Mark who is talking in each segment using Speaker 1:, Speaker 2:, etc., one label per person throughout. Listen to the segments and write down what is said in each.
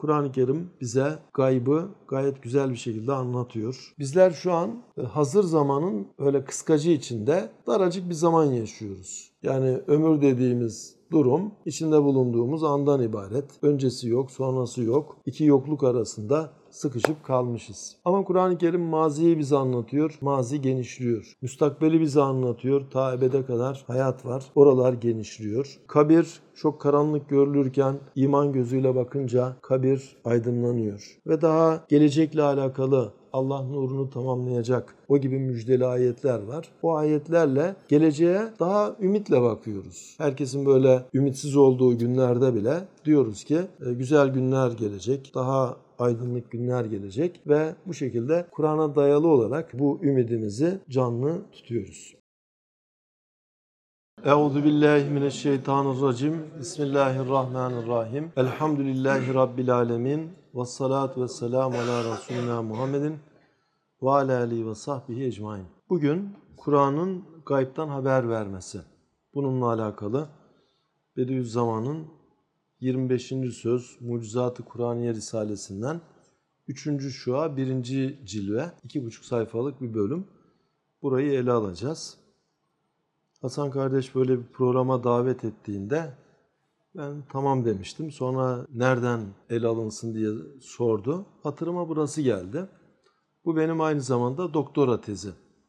Speaker 1: Kur'an-ı Kerim bize gaybı gayet güzel bir şekilde anlatıyor. Bizler şu an hazır zamanın öyle kıskacı içinde daracık bir zaman yaşıyoruz. Yani ömür dediğimiz durum içinde bulunduğumuz andan ibaret. Öncesi yok, sonrası yok. İki yokluk arasında sıkışıp kalmışız. Ama Kur'an-ı Kerim maziyi bize anlatıyor. Mazi genişliyor. Müstakbeli bize anlatıyor. Ta ebede kadar hayat var. Oralar genişliyor. Kabir çok karanlık görülürken iman gözüyle bakınca kabir aydınlanıyor. Ve daha gelecekle alakalı Allah nurunu tamamlayacak o gibi müjdeli ayetler var. O ayetlerle geleceğe daha ümitle bakıyoruz. Herkesin böyle ümitsiz olduğu günlerde bile diyoruz ki güzel günler gelecek, daha aydınlık günler gelecek ve bu şekilde Kur'an'a dayalı olarak bu ümidimizi canlı tutuyoruz. Euzubillahimineşşeytanirracim. Bismillahirrahmanirrahim. Elhamdülillahi Rabbil alemin. Vessalatu vesselamu ala Resulina Muhammedin ve ala alihi ve sahbihi ecmain. Bugün Kur'an'ın gaybtan haber vermesi. Bununla alakalı Bediüzzaman'ın 25. söz Mucizat-ı Kur'aniye Risalesinden 3. şua 1. cilve 2,5 sayfalık bir bölüm. Burayı ele alacağız. Hasan kardeş böyle bir programa davet ettiğinde ben tamam demiştim. Sonra nereden ele alınsın diye sordu. Hatırıma burası geldi. Bu benim aynı zamanda doktora tezi.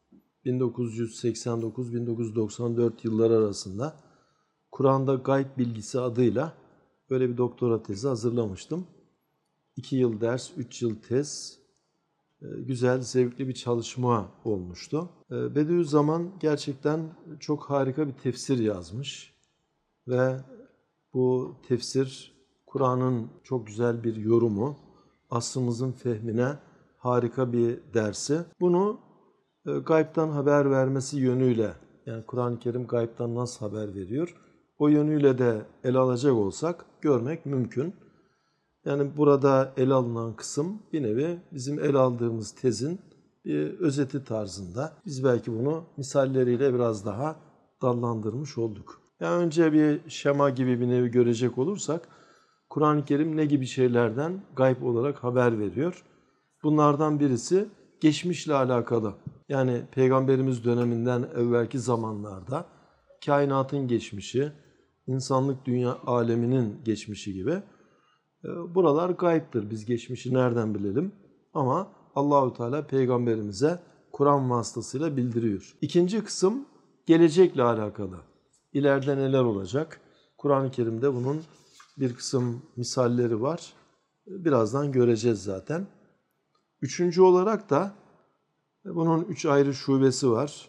Speaker 1: 1989-1994 yılları arasında Kur'an'da Gayb Bilgisi adıyla böyle bir doktora tezi hazırlamıştım. 2 yıl ders, 3 yıl tez. Güzel, zevkli bir çalışma olmuştu. Bediüzzaman gerçekten çok harika bir tefsir yazmış. Ve bu tefsir Kur'an'ın çok güzel bir yorumu, asrımızın fehmine harika bir dersi. Bunu gaybtan haber vermesi yönüyle, yani Kur'an-ı Kerim gaybtan nasıl haber veriyor, o yönüyle de ele alacak olsak görmek mümkün. Yani burada ele alınan kısım bir nevi bizim ele aldığımız tezin bir özeti tarzında. Biz belki bunu misalleriyle biraz daha dallandırmış olduk. Yani önce bir şema gibi bir nevi görecek olursak, Kur'an-ı Kerim ne gibi şeylerden gayb olarak haber veriyor? Bunlardan birisi geçmişle alakalı. Yani Peygamberimiz döneminden evvelki zamanlarda kainatın geçmişi, insanlık dünya aleminin geçmişi gibi. Buralar gaybdır. Biz geçmişi nereden bilelim? Ama Allahu Teala peygamberimize Kur'an vasıtasıyla bildiriyor. İkinci kısım gelecekle alakalı. İleride neler olacak? Kur'an-ı Kerim'de bunun bir kısım misalleri var. Birazdan göreceğiz zaten. Üçüncü olarak da bunun 3 ayrı şubesi var.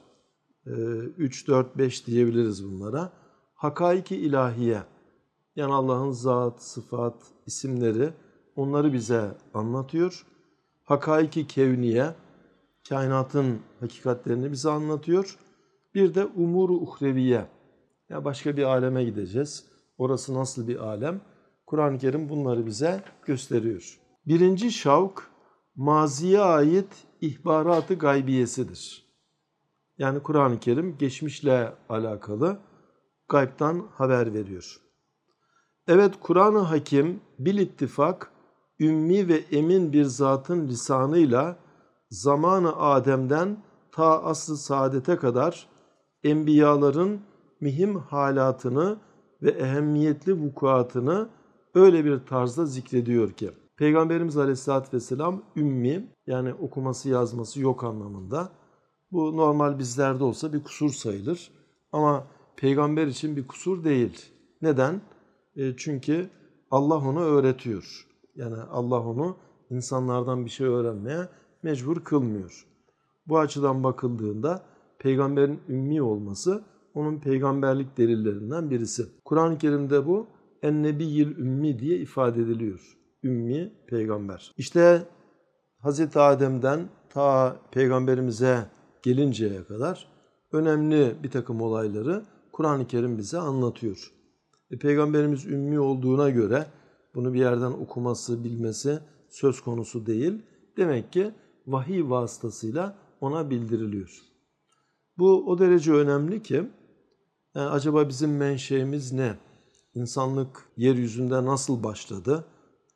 Speaker 1: 3, 4, 5 diyebiliriz bunlara. Hakaiki ilahiye. Yani Allah'ın zat, sıfat, isimleri onları bize anlatıyor. Hakaiki kevniye, kainatın hakikatlerini bize anlatıyor. Bir de umuru uhreviye, yani başka bir aleme gideceğiz. Orası nasıl bir alem? Kur'an-ı Kerim bunları bize gösteriyor. Birinci şavk, maziye ait ihbarat-ı gaybiyesidir. Yani Kur'an-ı Kerim geçmişle alakalı gaybtan haber veriyor. Evet, Kur'an-ı Hakim bil ittifak, ümmi ve emin bir zatın lisanıyla zamanı Adem'den ta asr-ı saadete kadar enbiyaların mühim halatını ve ehemmiyetli vukuatını öyle bir tarzda zikrediyor ki, Peygamberimiz Aleyhisselatü Vesselam ümmi, yani okuması yazması yok anlamında. Bu normal bizlerde olsa bir kusur sayılır ama peygamber için bir kusur değil. Neden? Çünkü Allah onu öğretiyor. Yani Allah onu insanlardan bir şey öğrenmeye mecbur kılmıyor. Bu açıdan bakıldığında peygamberin ümmi olması onun peygamberlik delillerinden birisi. Kur'an-ı Kerim'de bu en-nebiyyil ümmi diye ifade ediliyor. Ümmi peygamber. İşte Hz. Adem'den ta peygamberimize gelinceye kadar önemli bir takım olayları Kur'an-ı Kerim bize anlatıyor. Peygamberimiz ümmi olduğuna göre bunu bir yerden okuması, bilmesi söz konusu değil. Demek ki vahiy vasıtasıyla ona bildiriliyor. Bu o derece önemli ki, yani acaba bizim menşeimiz ne? İnsanlık yeryüzünde nasıl başladı?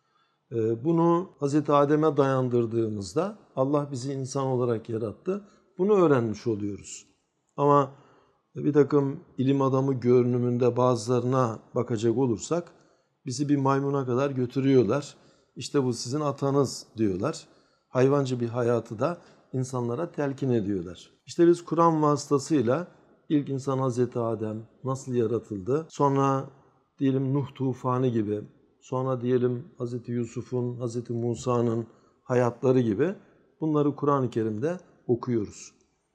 Speaker 1: Bunu Hazreti Adem'e dayandırdığımızda Allah bizi insan olarak yarattı. Bunu öğrenmiş oluyoruz. Ama bir takım ilim adamı görünümünde bazılarına bakacak olursak bizi bir maymuna kadar götürüyorlar. İşte bu sizin atanız diyorlar. Hayvancı bir hayatı da insanlara telkin ediyorlar. İşte biz Kur'an vasıtasıyla ilk insan Hazreti Adem nasıl yaratıldı? Sonra diyelim Nuh tufanı gibi, sonra diyelim Hazreti Yusuf'un, Hazreti Musa'nın hayatları gibi bunları Kur'an-ı Kerim'de okuyoruz.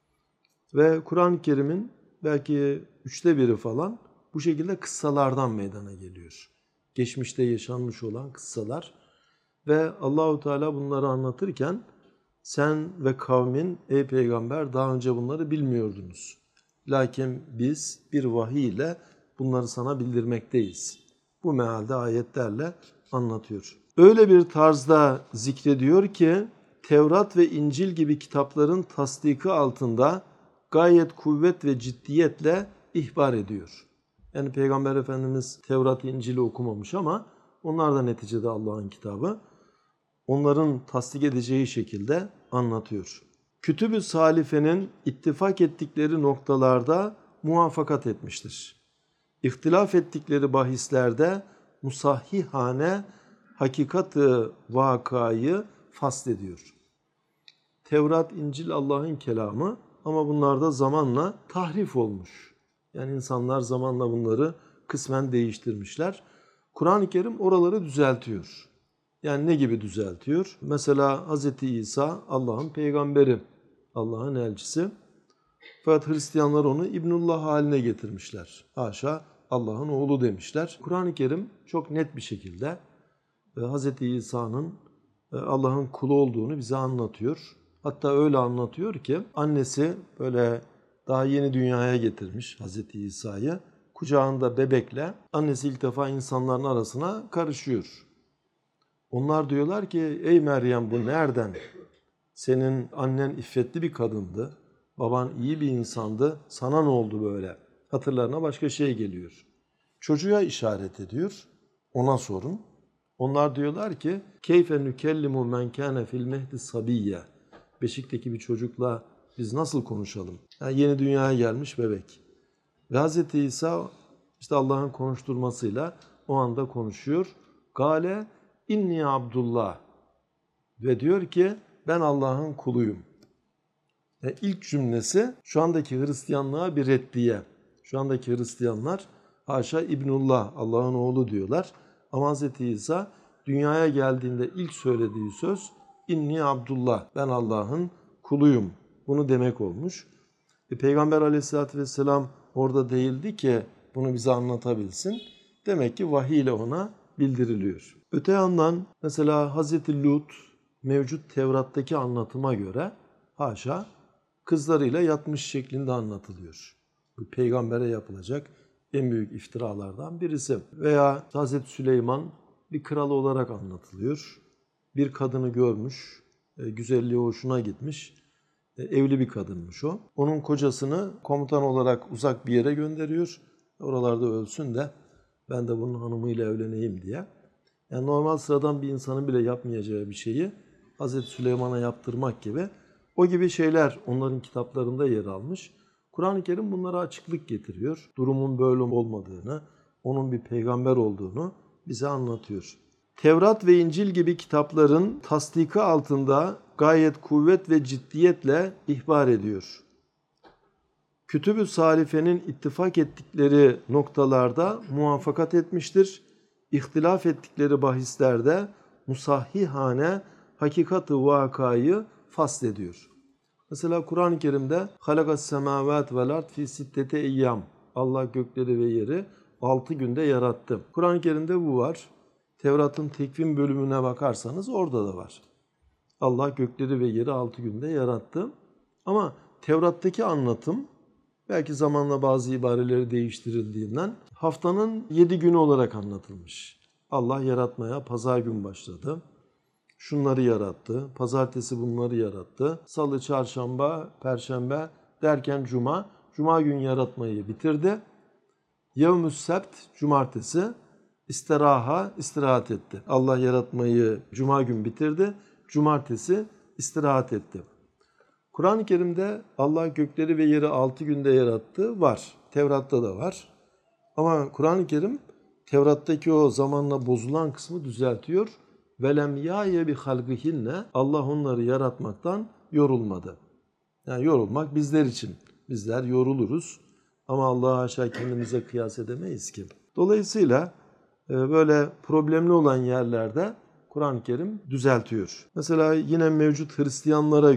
Speaker 1: Ve Kur'an-ı Kerim'in belki 1/3 falan bu şekilde kıssalardan meydana geliyor. Geçmişte yaşanmış olan kıssalar ve Allahu Teala bunları anlatırken sen ve kavmin ey peygamber daha önce bunları bilmiyordunuz. Lakin biz bir vahiy ile bunları sana bildirmekteyiz. Bu mealde ayetlerle anlatıyor. Öyle bir tarzda zikrediyor ki Tevrat ve İncil gibi kitapların tasdiki altında gayet kuvvet ve ciddiyetle ihbar ediyor. Yani Peygamber Efendimiz Tevrat, İncil'i okumamış ama onlar da neticede Allah'ın kitabı. Onların tasdik edeceği şekilde anlatıyor. Kütüb-ü Salife'nin ittifak ettikleri noktalarda muvaffakat etmiştir. İhtilaf ettikleri bahislerde musahhihane hakikati vakayı faslediyor. Tevrat, İncil Allah'ın kelamı ama bunlar da zamanla tahrif olmuş. Yani insanlar zamanla bunları kısmen değiştirmişler. Kur'an-ı Kerim oraları düzeltiyor. Yani ne gibi düzeltiyor? Mesela Hz. İsa Allah'ın peygamberi, Allah'ın elçisi. Fakat Hristiyanlar onu İbnullah haline getirmişler. Haşa Allah'ın oğlu demişler. Kur'an-ı Kerim çok net bir şekilde Hz. İsa'nın Allah'ın kulu olduğunu bize anlatıyor. Hatta öyle anlatıyor ki annesi böyle daha yeni dünyaya getirmiş Hz. İsa'yı. Kucağında bebekle annesi ilk defa insanların arasına karışıyor. Onlar diyorlar ki ey Meryem bu nereden? Senin annen iffetli bir kadındı. Baban iyi bir insandı. Sana ne oldu böyle? Hatırlarına başka şey geliyor. Çocuğa işaret ediyor. Ona sorun. Onlar diyorlar ki keyfe nükellimu men kâne fil mehdi sabiyye. Beşikteki bir çocukla biz nasıl konuşalım? Yani yeni dünyaya gelmiş bebek. Ve Hz. İsa işte Allah'ın konuşturmasıyla o anda konuşuyor. Gale inni Abdullah ve diyor ki ben Allah'ın kuluyum. İlk cümlesi şu andaki Hristiyanlığa bir reddiye. Şu andaki Hristiyanlar haşa İbnullah Allah'ın oğlu diyorlar. Ama Hz. İsa dünyaya geldiğinde ilk söylediği söz inni Abdullah ben Allah'ın kuluyum. Bunu demek olmuş. Peygamber Aleyhisselatü Vesselam orada değildi ki bunu bize anlatabilsin. Demek ki vahiy ile ona bildiriliyor. Öte yandan mesela Hazreti Lut mevcut Tevrat'taki anlatıma göre haşa kızlarıyla yatmış şeklinde anlatılıyor. Bu peygambere yapılacak en büyük iftiralardan birisi. Veya Hazreti Süleyman bir kral olarak anlatılıyor. Bir kadını görmüş, güzelliği hoşuna gitmiş. Evli bir kadınmış o. Onun kocasını komutan olarak uzak bir yere gönderiyor. Oralarda ölsün de ben de bunun hanımıyla evleneyim diye. Yani normal sıradan bir insanın bile yapmayacağı bir şeyi Hazreti Süleyman'a yaptırmak gibi. O gibi şeyler onların kitaplarında yer almış. Kur'an-ı Kerim bunlara açıklık getiriyor. Durumun böyle olmadığını, onun bir peygamber olduğunu bize anlatıyor. Tevrat ve İncil gibi kitapların tasdiki altında gayet kuvvet ve ciddiyetle ihbar ediyor. Kütüb-ü Salife'nin ittifak ettikleri noktalarda muvaffakat etmiştir. İhtilaf ettikleri bahislerde musahhihane hakikati vakayı faslediyor. Mesela Kur'an-ı Kerim'de halakas semavat vel ard fi sittete eyyam. Allah gökleri ve yeri 6 günde yarattı. Kur'an-ı Kerim'de bu var. Tevrat'ın tekvim bölümüne bakarsanız orada da var. Allah gökleri ve yeri 6 günde yarattı. Ama Tevrat'taki anlatım belki zamanla bazı ibareleri değiştirildiğinden haftanın 7 günü olarak anlatılmış. Allah yaratmaya pazar gün başladı. Şunları yarattı. Pazartesi bunları yarattı. Salı, çarşamba, perşembe derken cuma gün yaratmayı bitirdi. Yevmü's sebt, cumartesi. istirahat etti. Allah yaratmayı cuma gün bitirdi. Cumartesi istirahat etti. Kur'an-ı Kerim'de Allah gökleri ve yeri 6 günde yarattı var. Tevrat'ta da var. Ama Kur'an-ı Kerim Tevrat'taki o zamanla bozulan kısmı düzeltiyor. Velem yâye bi halgihinne, Allah onları yaratmaktan yorulmadı. Yani yorulmak bizler için. Bizler yoruluruz. Ama Allah'a haşa kendimize kıyas edemeyiz ki. Dolayısıyla böyle problemli olan yerlerde Kur'an-ı Kerim düzeltiyor. Mesela yine mevcut Hristiyanlara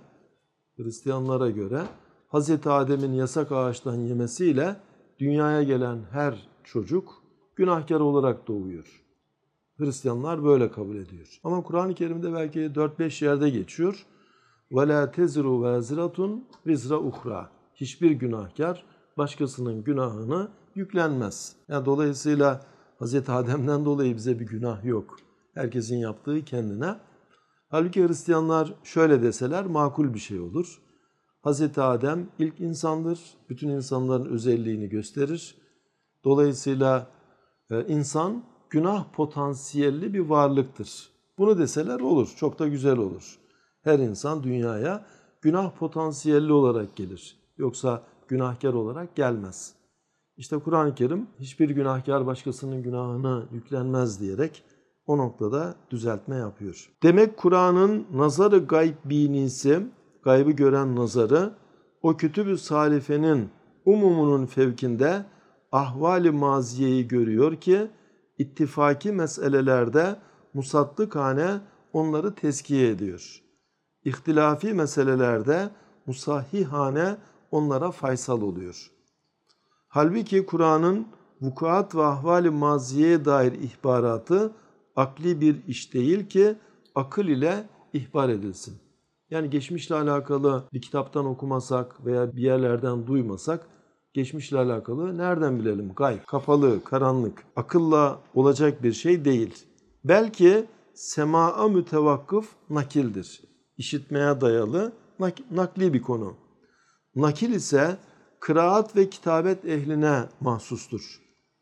Speaker 1: göre Hz. Adem'in yasak ağaçtan yemesiyle dünyaya gelen her çocuk günahkar olarak doğuyor. Hristiyanlar böyle kabul ediyor. Ama Kur'an-ı Kerim'de belki 4-5 yerde geçiyor. وَلَا تَزِرُ وَازِرَةٌ وِزْرَ اُخْرَى. Hiçbir günahkar başkasının günahını yüklenmez. Yani dolayısıyla Hz. Adem'den dolayı bize bir günah yok. Herkesin yaptığı kendine. Halbuki Hristiyanlar şöyle deseler makul bir şey olur. Hz. Adem ilk insandır. Bütün insanların özelliğini gösterir. Dolayısıyla insan günah potansiyelli bir varlıktır. Bunu deseler olur. Çok da güzel olur. Her insan dünyaya günah potansiyelli olarak gelir. Yoksa günahkar olarak gelmez. İşte Kur'an-ı Kerim hiçbir günahkar başkasının günahına yüklenmez diyerek o noktada düzeltme yapıyor. Demek Kur'an'ın nazarı gayb binisi, gaybı gören nazarı, o kütüb-ü salifenin umumunun fevkinde ahval-i maziyeyi görüyor ki, ittifaki meselelerde musaddıkane onları tezkiye ediyor. İhtilafi meselelerde musahhihane onlara faysal oluyor. Halbuki Kur'an'ın vukuat ve ahval-i maziyeye dair ihbaratı akli bir iş değil ki akıl ile ihbar edilsin. Yani geçmişle alakalı bir kitaptan okumasak veya bir yerlerden duymasak geçmişle alakalı nereden bilelim? Gayb, kapalı, karanlık, akılla olacak bir şey değil. Belki semaa mütevakkıf nakildir. İşitmeye dayalı nakli bir konu. Nakil ise kıraat ve kitabet ehline mahsustur.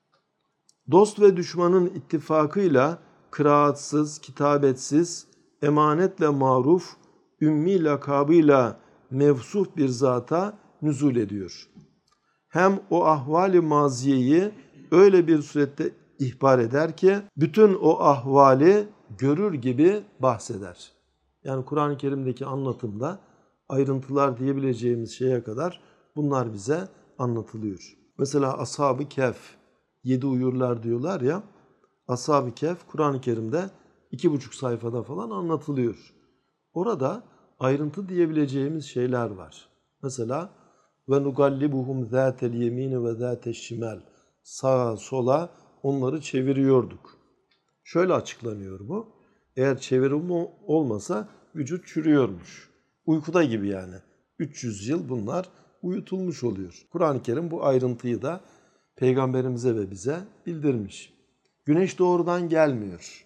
Speaker 1: Dost ve düşmanın ittifakıyla kıraatsız, kitabetsiz, emanetle maruf, ümmi lakabıyla mevsuf bir zata nüzul ediyor. Hem o ahvali maziyeyi öyle bir surette ihbar eder ki bütün o ahvali görür gibi bahseder. Yani Kur'an-ı Kerim'deki anlatımda ayrıntılar diyebileceğimiz şeye kadar bunlar bize anlatılıyor. Mesela Ashab-ı Kehf, 7 uyurlar diyorlar ya, Ashab-ı Kehf Kur'an-ı Kerim'de 2,5 sayfada falan anlatılıyor. Orada ayrıntı diyebileceğimiz şeyler var. Mesela ve nugallibuhum zâtel yemîni ve zâteş şimal. Sağa sola onları çeviriyorduk. Şöyle açıklanıyor bu. Eğer çevirim olmasa vücut çürüyormuş. Uykuda gibi yani. 300 yıl bunlar uyutulmuş oluyor. Kur'an-ı Kerim bu ayrıntıyı da Peygamberimize ve bize bildirmiş. Güneş doğrudan gelmiyor.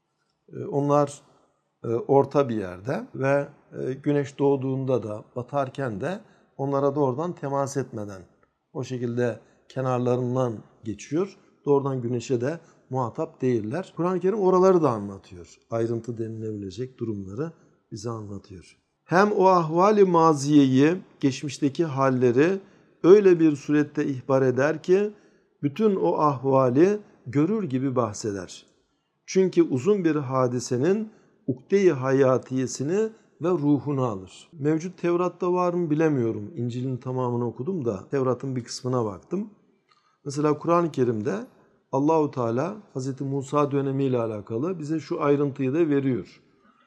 Speaker 1: Onlar orta bir yerde ve güneş doğduğunda da batarken de onlara doğrudan temas etmeden o şekilde kenarlarından geçiyor. Doğrudan güneşe de muhatap değiller. Kur'an-ı Kerim oraları da anlatıyor. Ayrıntı denilebilecek durumları bize anlatıyor. Hem o ahval-i maziyeyi, geçmişteki halleri öyle bir surette ihbar eder ki bütün o ahvali görür gibi bahseder. Çünkü uzun bir hadisenin ukde-i hayatiyesini ve ruhunu alır. Mevcut Tevrat'ta var mı bilemiyorum. İncil'in tamamını okudum da Tevrat'ın bir kısmına baktım. Mesela Kur'an-ı Kerim'de Allahu Teala Hz. Musa dönemiyle alakalı bize şu ayrıntıyı da veriyor.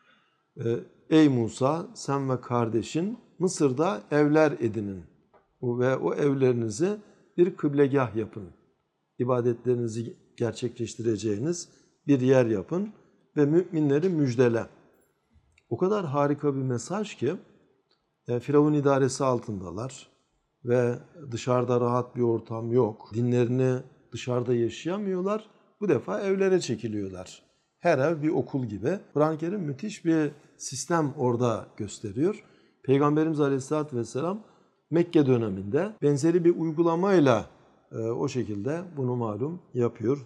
Speaker 1: Ey Musa, sen ve kardeşin Mısır'da evler edinin ve o evlerinizi bir kıblegah yapın. İbadetlerinizi gerçekleştireceğiniz bir yer yapın ve müminleri müjdele. O kadar harika bir mesaj ki Firavun idaresi altındalar ve dışarıda rahat bir ortam yok. Dinlerini dışarıda yaşayamıyorlar. Bu defa evlere çekiliyorlar. Her ev bir okul gibi. Kur'an-ı Kerim müthiş bir sistem orada gösteriyor. Peygamberimiz Aleyhisselatü Vesselam Mekke döneminde benzeri bir uygulamayla o şekilde bunu malum yapıyor.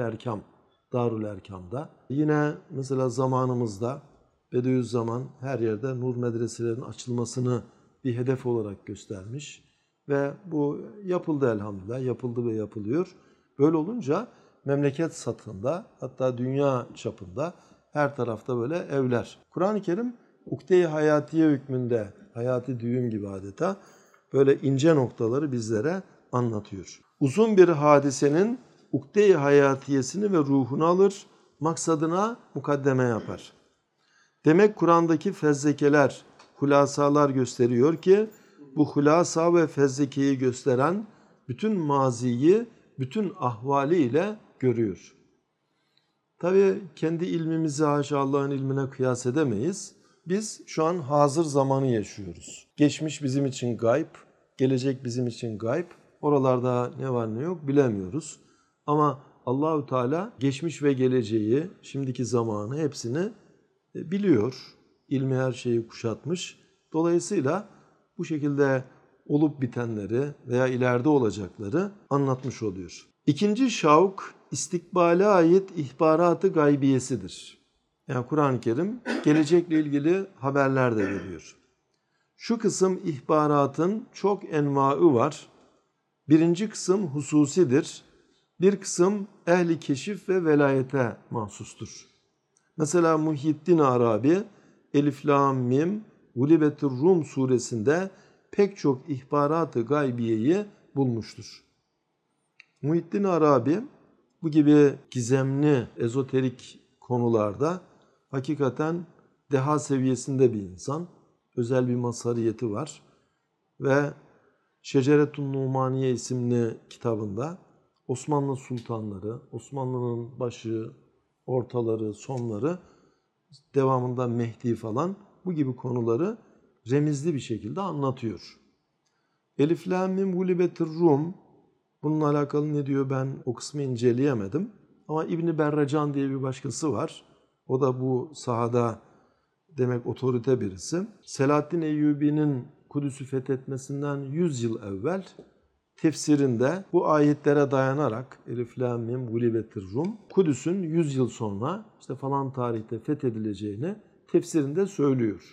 Speaker 1: Darül Erkam'da. Yine mesela zamanımızda Bediüzzaman her yerde nur medreselerinin açılmasını bir hedef olarak göstermiş. Ve bu yapıldı elhamdülillah, yapıldı ve yapılıyor. Böyle olunca memleket satında, hatta dünya çapında her tarafta böyle evler. Kur'an-ı Kerim ukde-i hayatiye hükmünde, hayati düğüm gibi adeta böyle ince noktaları bizlere anlatıyor. Uzun bir hadisenin ukde-i hayatiyesini ve ruhunu alır, maksadına mukaddeme yapar. Demek Kur'an'daki fezlekeler, hulasalar gösteriyor ki bu hulasa ve fezlekeyi gösteren bütün maziyi, bütün ahvaliyle görüyor. Tabii kendi ilmimizi haşa Allah'ın ilmine kıyas edemeyiz. Biz şu an hazır zamanı yaşıyoruz. Geçmiş bizim için gayb, gelecek bizim için gayb. Oralarda ne var ne yok bilemiyoruz. Ama Allahu Teala geçmiş ve geleceği, şimdiki zamanı hepsini biliyor. İlmi her şeyi kuşatmış. Dolayısıyla bu şekilde olup bitenleri veya ileride olacakları anlatmış oluyor. İkinci şavk, istikbale ait ihbaratı gaybiyesidir. Yani Kur'an-ı Kerim gelecekle ilgili haberler de veriyor. Şu kısım ihbaratın çok envaı var. Birinci kısım hususidir. Bir kısım ehli keşif ve velayete mahsustur. Mesela Muhyiddin Arabi, Elif Lam Mim, Gulibetur Rum suresinde pek çok ihbarat-ı gaybiyeyi bulmuştur. Muhyiddin Arabi bu gibi gizemli, ezoterik konularda hakikaten deha seviyesinde bir insan. Özel bir mazhariyeti var. Ve Şeceretun Numaniye isimli kitabında Osmanlı sultanları, Osmanlı'nın başı, ortaları, sonları, devamında Mehdi falan bu gibi konuları remizli bir şekilde anlatıyor. Elif Lam Mim Gulibetir Rum, bununla alakalı ne diyor ben o kısmı inceleyemedim. Ama İbn-i Berrecan diye bir başkası var. O da bu sahada demek otorite birisi. Selahaddin Eyyubi'nin Kudüs'ü fethetmesinden 100 yıl evvel tefsirinde bu ayetlere dayanarak Elif Lam Mim Gulibetir Rum, Kudüs'ün 100 yıl sonra işte falan tarihte fethedileceğini tefsirinde söylüyor.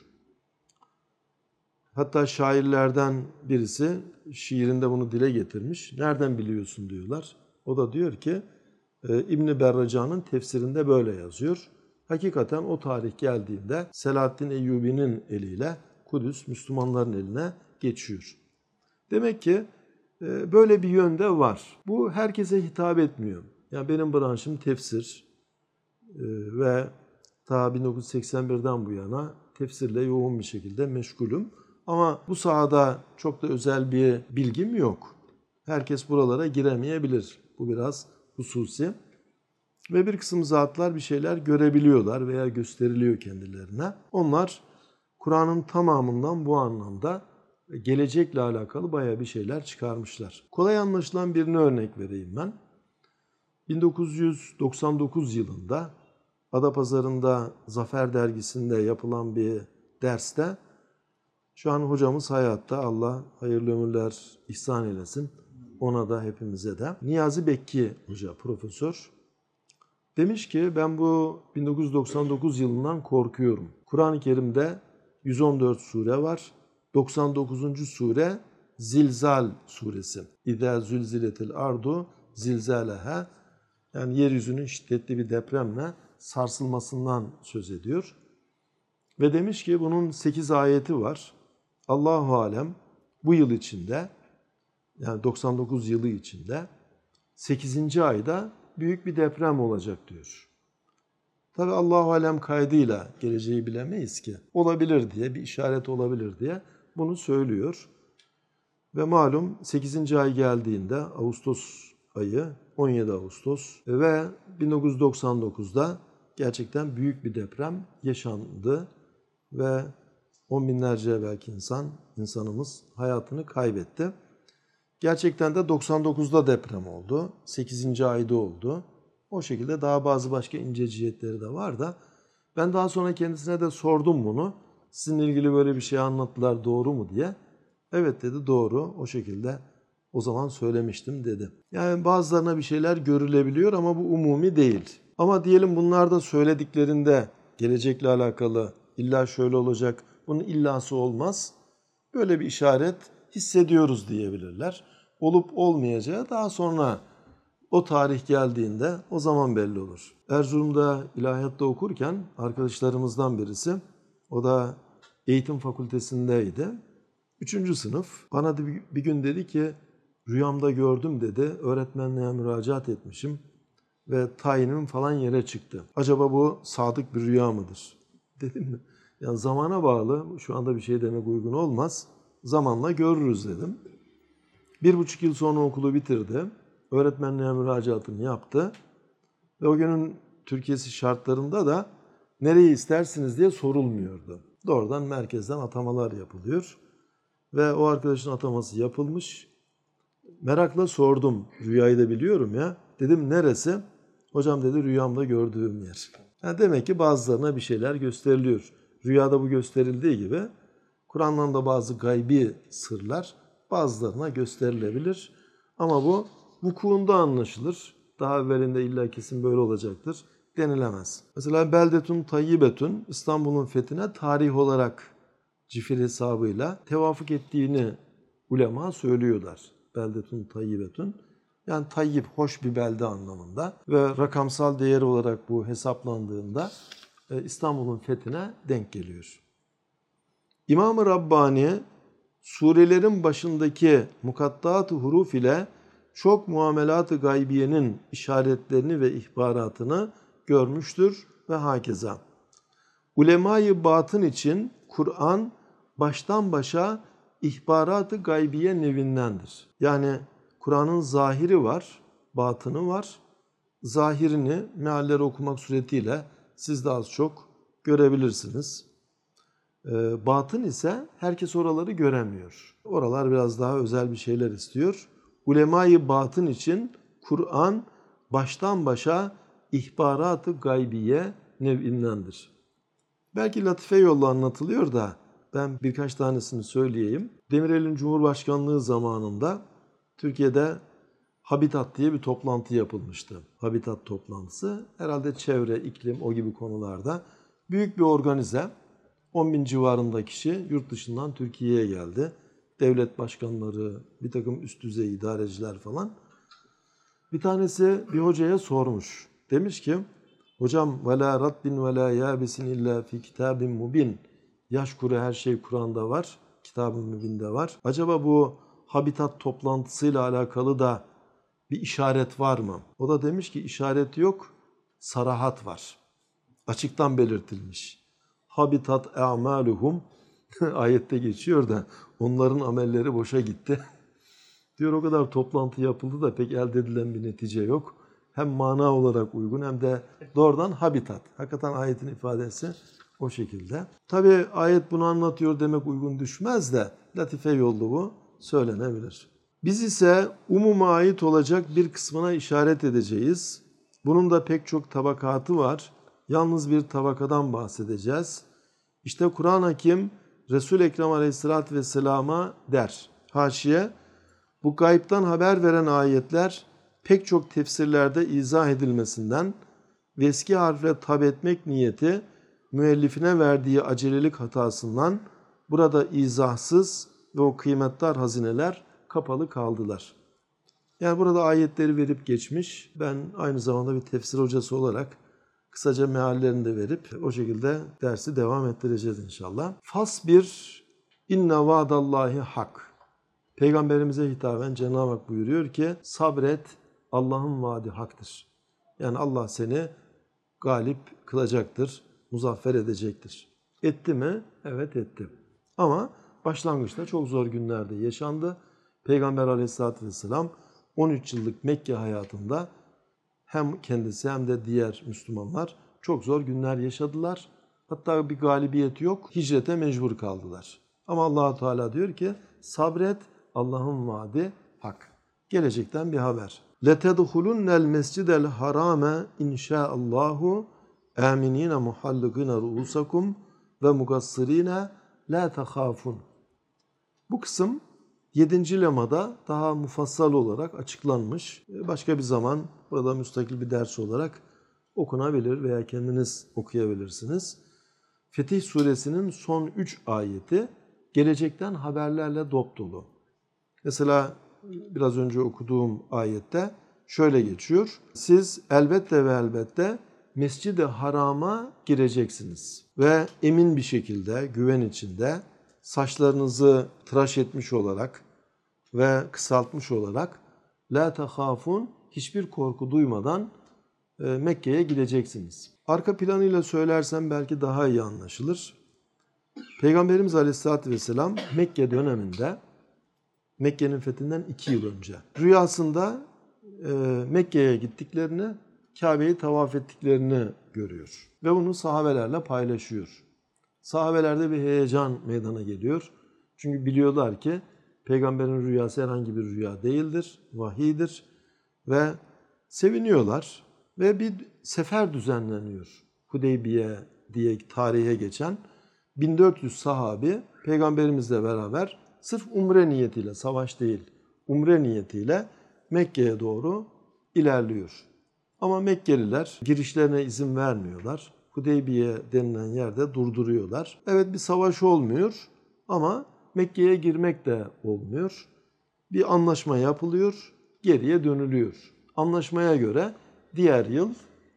Speaker 1: Hatta şairlerden birisi şiirinde bunu dile getirmiş. Nereden biliyorsun diyorlar. O da diyor ki İbn-i Berracan'ın tefsirinde böyle yazıyor. Hakikaten o tarih geldiğinde Selahaddin Eyyubi'nin eliyle Kudüs Müslümanların eline geçiyor. Demek ki böyle bir yönde var. Bu herkese hitap etmiyor. Yani benim branşım tefsir ve ta 1981'den bu yana tefsirle yoğun bir şekilde meşgulüm. Ama bu sahada çok da özel bir bilgim yok. Herkes buralara giremeyebilir. Bu biraz hususi. Ve bir kısım zatlar bir şeyler görebiliyorlar veya gösteriliyor kendilerine. Onlar Kur'an'ın tamamından bu anlamda gelecekle alakalı bayağı bir şeyler çıkarmışlar. Kolay anlaşılan birine örnek vereyim ben. 1999 yılında Adapazarı'nda Zafer Dergisi'nde yapılan bir derste, şu an hocamız hayatta, Allah hayırlı ömürler ihsan eylesin, ona da hepimize de. Niyazi Bekki Hoca, profesör, demiş ki ben bu 1999 yılından korkuyorum. Kur'an-ı Kerim'de 114 sure var. 99. sure Zilzal suresi. İzâ zülziletil ardu zilzâleha. Yani yeryüzünün şiddetli bir depremle sarsılmasından söz ediyor. Ve demiş ki bunun 8 ayeti var. Allahu alem bu yıl içinde, yani 99 yılı içinde 8. ayda büyük bir deprem olacak diyor. Tabi Allahu alem kaydıyla geleceği bilemeyiz ki. Olabilir diye, bir işaret olabilir diye bunu söylüyor. Ve malum 8. ay geldiğinde Ağustos ayı, 17 Ağustos ve 1999'da gerçekten büyük bir deprem yaşandı ve on binlerce belki insanımız hayatını kaybetti. Gerçekten de 99'da deprem oldu. 8. ayda oldu. O şekilde daha bazı başka ince cihetleri de var da ben daha sonra kendisine de sordum bunu. Sizinle ilgili böyle bir şey anlattılar, doğru mu diye. Evet dedi, doğru. O şekilde o zaman söylemiştim dedi. Yani bazılarına bir şeyler görülebiliyor ama bu umumi değil. Ama diyelim bunlar da söylediklerinde gelecekle alakalı illa şöyle olacak, bunun illası olmaz. Böyle bir işaret hissediyoruz diyebilirler. Olup olmayacağı daha sonra o tarih geldiğinde o zaman belli olur. Erzurum'da ilahiyatta okurken arkadaşlarımızdan birisi, o da eğitim fakültesindeydi. 3. sınıf. Bana bir gün dedi ki rüyamda gördüm dedi. Öğretmenliğe müracaat etmişim ve tayinim falan yere çıktı. Acaba bu sadık bir rüya mıdır? Dedim mi? Yani zamana bağlı. Şu anda bir şey demek uygun olmaz. Zamanla görürüz dedim. 1,5 yıl sonra okulu bitirdi. Öğretmenliğe müracaatını yaptı. Ve o günün Türkiye'si şartlarında da nereyi istersiniz diye sorulmuyordu. Doğrudan merkezden atamalar yapılıyor. Ve o arkadaşın ataması yapılmış. Merakla sordum. Rüyayı da biliyorum ya. Dedim neresi? Hocam dedi rüyamda gördüğüm yer. Yani demek ki bazılarına bir şeyler gösteriliyor. Rüyada bu gösterildiği gibi Kur'an'dan da bazı gaybi sırlar bazılarına gösterilebilir. Ama bu vukuunda anlaşılır. Daha evvelinde illa kesin böyle olacaktır denilemez. Mesela Beldetun Tayyibetun İstanbul'un fethine tarih olarak cifir hesabıyla tevafuk ettiğini ulema söylüyorlar. Beldetun Tayyibetun. Yani tayyib, hoş bir belde anlamında ve rakamsal değeri olarak bu hesaplandığında İstanbul'un fethine denk geliyor. İmam-ı Rabbani surelerin başındaki mukaddat-ı huruf ile çok muamelat-ı gaybiyenin işaretlerini ve ihbaratını görmüştür ve hakeza. Ulema-i batın için Kur'an baştan başa ihbarat-ı gaybiye nevindendir. Yani Kur'an'ın zahiri var, batını var. Zahirini mealleri okumak suretiyle siz de az çok görebilirsiniz. Batın ise herkes oraları göremiyor. Oralar biraz daha özel bir şeyler istiyor. Ulema-i batın için Kur'an baştan başa ihbarat-ı gaybiye nevindendir. Belki latife yolla anlatılıyor da ben birkaç tanesini söyleyeyim. Demirel'in Cumhurbaşkanlığı zamanında Türkiye'de Habitat diye bir toplantı yapılmıştı. Habitat toplantısı herhalde çevre, iklim o gibi konularda büyük bir organize. 10.000 civarında kişi yurt dışından Türkiye'ye geldi. Devlet başkanları, bir takım üst düzey idareciler falan. Bir tanesi bir hocaya sormuş. Demiş ki, hocam وَلَا رَطْبٍ وَلَا يَابِسٍ اِلَّا فِي كِتَابٍ مُبِينٍ. Yaş kuru her şey Kur'an'da var, Kitab-ı Mübin'de var. Acaba bu habitat toplantısıyla alakalı da bir işaret var mı? O da demiş ki işaret yok, sarahat var. Açıktan belirtilmiş. Habitat a'maluhum ayette geçiyor da onların amelleri boşa gitti. Diyor o kadar toplantı yapıldı da pek elde edilen bir netice yok. Hem mana olarak uygun hem de doğrudan habitat. Hakikaten ayetin ifadesi o şekilde. Tabii ayet bunu anlatıyor demek uygun düşmez de latife yollu bu söylenebilir. Biz ise umuma ait olacak bir kısmına işaret edeceğiz. Bunun da pek çok tabakatı var. Yalnız bir tabakadan bahsedeceğiz. İşte Kur'an-ı Hakim Resul-i Ekrem Aleyhisselatü Vesselam'a der. Haşiye, bu gaybtan haber veren ayetler pek çok tefsirlerde izah edilmesinden ve eski harfle tab etmek niyeti müellifine verdiği acelelik hatasından burada izahsız ve o kıymetdar hazineler kapalı kaldılar. Yani burada ayetleri verip geçmiş. Ben aynı zamanda bir tefsir hocası olarak kısaca meallerini de verip o şekilde dersi devam ettireceğiz inşallah. Fasbir inne vaadallahi hak. Peygamberimize hitaben Cenab-ı Hak buyuruyor ki sabret, Allah'ın vaadi haktır. Yani Allah seni galip kılacaktır, muzaffer edecektir. Etti mi? Evet etti. Ama başlangıçta çok zor günlerde yaşandı. Peygamber Aleyhisselatü Vesselam 13 yıllık Mekke hayatında hem kendisi hem de diğer Müslümanlar çok zor günler yaşadılar. Hatta bir galibiyet yok. Hicrete mecbur kaldılar. Ama Allah Teala diyor ki sabret, Allah'ın vaadi hak. Gelecekten bir haber. لَتَدْخُلُنَّ الْمَسْجِدَ الْحَرَامَ اِنْشَاءَ آمِنِينَ مُحَلِّقِينَ رُؤُسَكُمْ وَمُقَصِّرِينَ لَا تَخَافُونَ. Bu kısım 7. lemada daha mufassal olarak açıklanmış. Başka bir zaman burada müstakil bir ders olarak okunabilir veya kendiniz okuyabilirsiniz. Fetih Suresinin son 3 ayeti gelecekten haberlerle dopdolu. Mesela biraz önce okuduğum ayette şöyle geçiyor. Siz elbette ve elbette Mescid-i Haram'a gireceksiniz ve emin bir şekilde, güven içinde saçlarınızı tıraş etmiş olarak ve kısaltmış olarak la tehafun, hiçbir korku duymadan Mekke'ye gideceksiniz. Arka planıyla söylersem belki daha iyi anlaşılır. Peygamberimiz Aleyhisselatü Vesselam Mekke döneminde, Mekke'nin fethinden 2 yıl önce rüyasında Mekke'ye gittiklerini, Kabe'yi tavaf ettiklerini görüyor. Ve bunu sahabelerle paylaşıyor. Sahabelerde bir heyecan meydana geliyor. Çünkü biliyorlar ki Peygamberin rüyası herhangi bir rüya değildir, vahiydir. Ve seviniyorlar. Ve bir sefer düzenleniyor. Hudeybiye diye tarihe geçen 1400 sahabi Peygamberimizle beraber sırf umre niyetiyle, savaş değil, umre niyetiyle Mekke'ye doğru ilerliyor. Ama Mekkeliler girişlerine izin vermiyorlar. Hudeybiye denilen yerde durduruyorlar. Evet, bir savaş olmuyor ama Mekke'ye girmek de olmuyor. Bir anlaşma yapılıyor, geriye dönülüyor. Anlaşmaya göre diğer yıl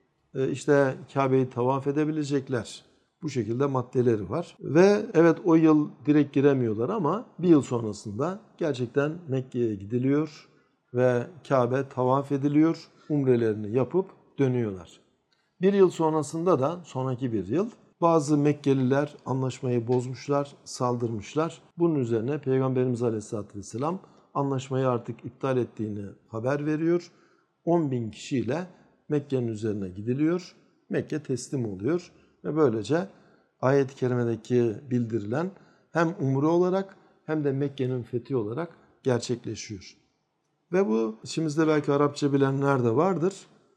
Speaker 1: işte Kabe'yi tavaf edebilecekler. Bu şekilde maddeleri var. Ve evet, o yıl direkt giremiyorlar ama bir yıl sonrasında gerçekten Mekke'ye gidiliyor ve Kabe tavaf ediliyor. Umrelerini yapıp dönüyorlar. Bir yıl sonrasında da, sonraki bir yıl, bazı Mekkeliler anlaşmayı bozmuşlar, saldırmışlar. Bunun üzerine Peygamberimiz Aleyhisselatü Vesselam anlaşmayı artık iptal ettiğini haber veriyor. 10.000 kişiyle Mekke'nin üzerine gidiliyor. Mekke teslim oluyor ve böylece ayet-i kerimedeki bildirilen hem umre olarak hem de Mekke'nin fethi olarak gerçekleşiyor. Ve bu içimizde belki Arapça bilenler de vardır.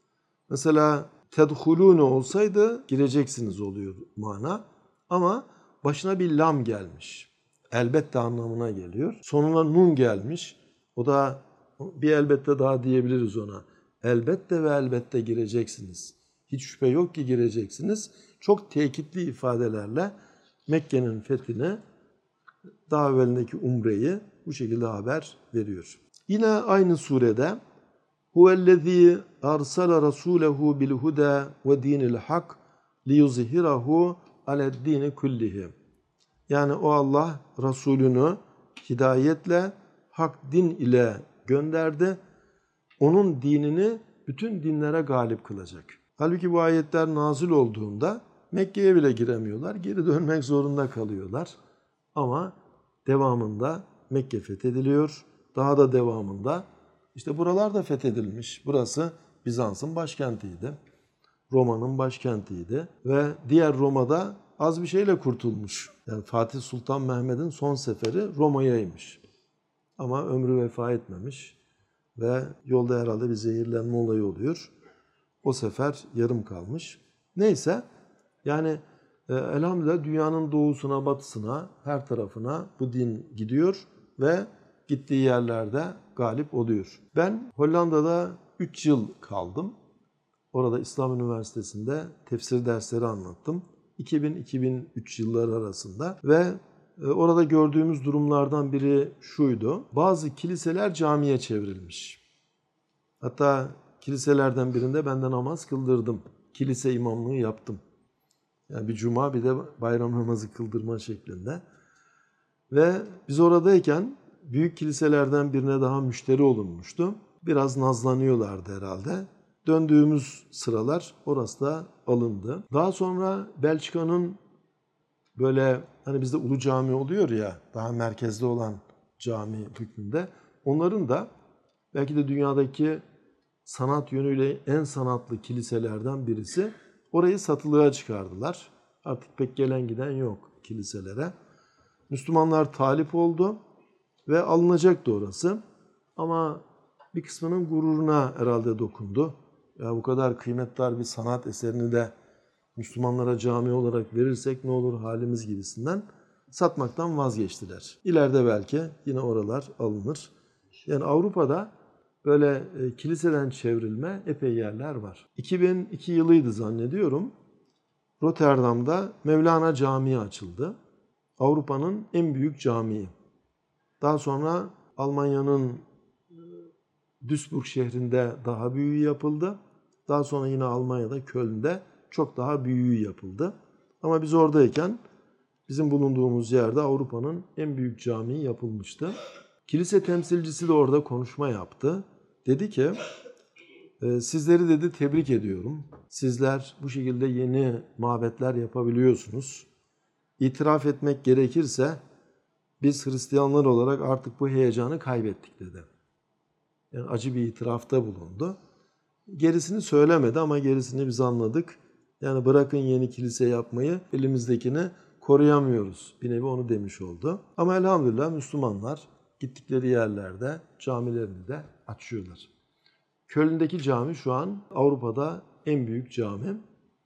Speaker 1: Mesela tedhulûne olsaydı gireceksiniz oluyor mana. Ama başına bir lam gelmiş. Elbette anlamına geliyor. Sonuna nun gelmiş. O da bir elbette daha diyebiliriz ona. Elbette ve elbette gireceksiniz. Hiç şüphe yok ki gireceksiniz. Çok tekitli ifadelerle Mekke'nin fethini, daha evvelindeki umreyi bu şekilde haber veriyor. Yine aynı surede huvellezî arsala rasûlehu bil huda ve dinil hak liyuzhirahu ale'd-dîni kullihi. Yani o Allah Resulünü hidayetle, hak din ile gönderdi. Onun dinini bütün dinlere galip kılacak. Halbuki bu ayetler nazil olduğunda Mekke'ye bile giremiyorlar. Geri dönmek zorunda kalıyorlar. Ama devamında Mekke fethediliyor. Daha da devamında işte buralar da fethedilmiş. Burası Bizans'ın başkentiydi. Roma'nın başkentiydi. Ve diğer Roma'da az bir şeyle kurtulmuş. Yani Fatih Sultan Mehmet'in son seferi Roma'yaymış. Ama ömrü vefa etmemiş. Ve yolda herhalde bir zehirlenme olayı oluyor. O sefer yarım kalmış. Neyse, yani elhamdülillah dünyanın doğusuna, batısına, her tarafına bu din gidiyor ve gittiği yerlerde galip oluyor. Ben Hollanda'da 3 yıl kaldım. Orada İslam Üniversitesi'nde tefsir dersleri anlattım. 2000-2003 yılları arasında ve orada gördüğümüz durumlardan biri şuydu. Bazı kiliseler camiye çevrilmiş. Hatta kiliselerden birinde ben de namaz kıldırdım. Kilise imamlığı yaptım. Yani bir cuma bir de bayram namazı kıldırma şeklinde. Ve biz oradayken büyük kiliselerden birine daha müşteri olunmuştu. Biraz nazlanıyorlardı herhalde. Döndüğümüz sıralar orası da alındı. Daha sonra Belçika'nın böyle hani bizde Ulu Cami oluyor ya, daha merkezde olan cami hükmünde. Onların da belki de dünyadaki sanat yönüyle en sanatlı kiliselerden birisi. Orayı satılığa çıkardılar. Artık pek gelen giden yok kiliselere. Müslümanlar talip oldu ve alınacaktı orası. Ama bir kısmının gururuna herhalde dokundu. Ya bu kadar kıymetli bir sanat eserini de Müslümanlara cami olarak verirsek ne olur halimiz gibisinden satmaktan vazgeçtiler. İleride belki yine oralar alınır. Yani Avrupa'da böyle kiliseden çevrilme epey yerler var. 2002 yılıydı zannediyorum. Rotterdam'da Mevlana Camii açıldı. Avrupa'nın en büyük camii. Daha sonra Almanya'nın Duisburg şehrinde daha büyüğü yapıldı. Daha sonra yine Almanya'da Köln'de çok daha büyüğü yapıldı. Ama biz oradayken bizim bulunduğumuz yerde Avrupa'nın en büyük camii yapılmıştı. Kilise temsilcisi de orada konuşma yaptı. Dedi ki, sizleri dedi tebrik ediyorum. Sizler bu şekilde yeni mabetler yapabiliyorsunuz. İtiraf etmek gerekirse biz Hristiyanlar olarak artık bu heyecanı kaybettik dedi. Yani acı bir itirafta bulundu. Gerisini söylemedi ama gerisini biz anladık. Yani bırakın yeni kilise yapmayı, elimizdekini koruyamıyoruz. Bir nevi onu demiş oldu. Ama elhamdülillah Müslümanlar gittikleri yerlerde camilerini de açıyorlar. Köln'deki cami şu an Avrupa'da en büyük cami.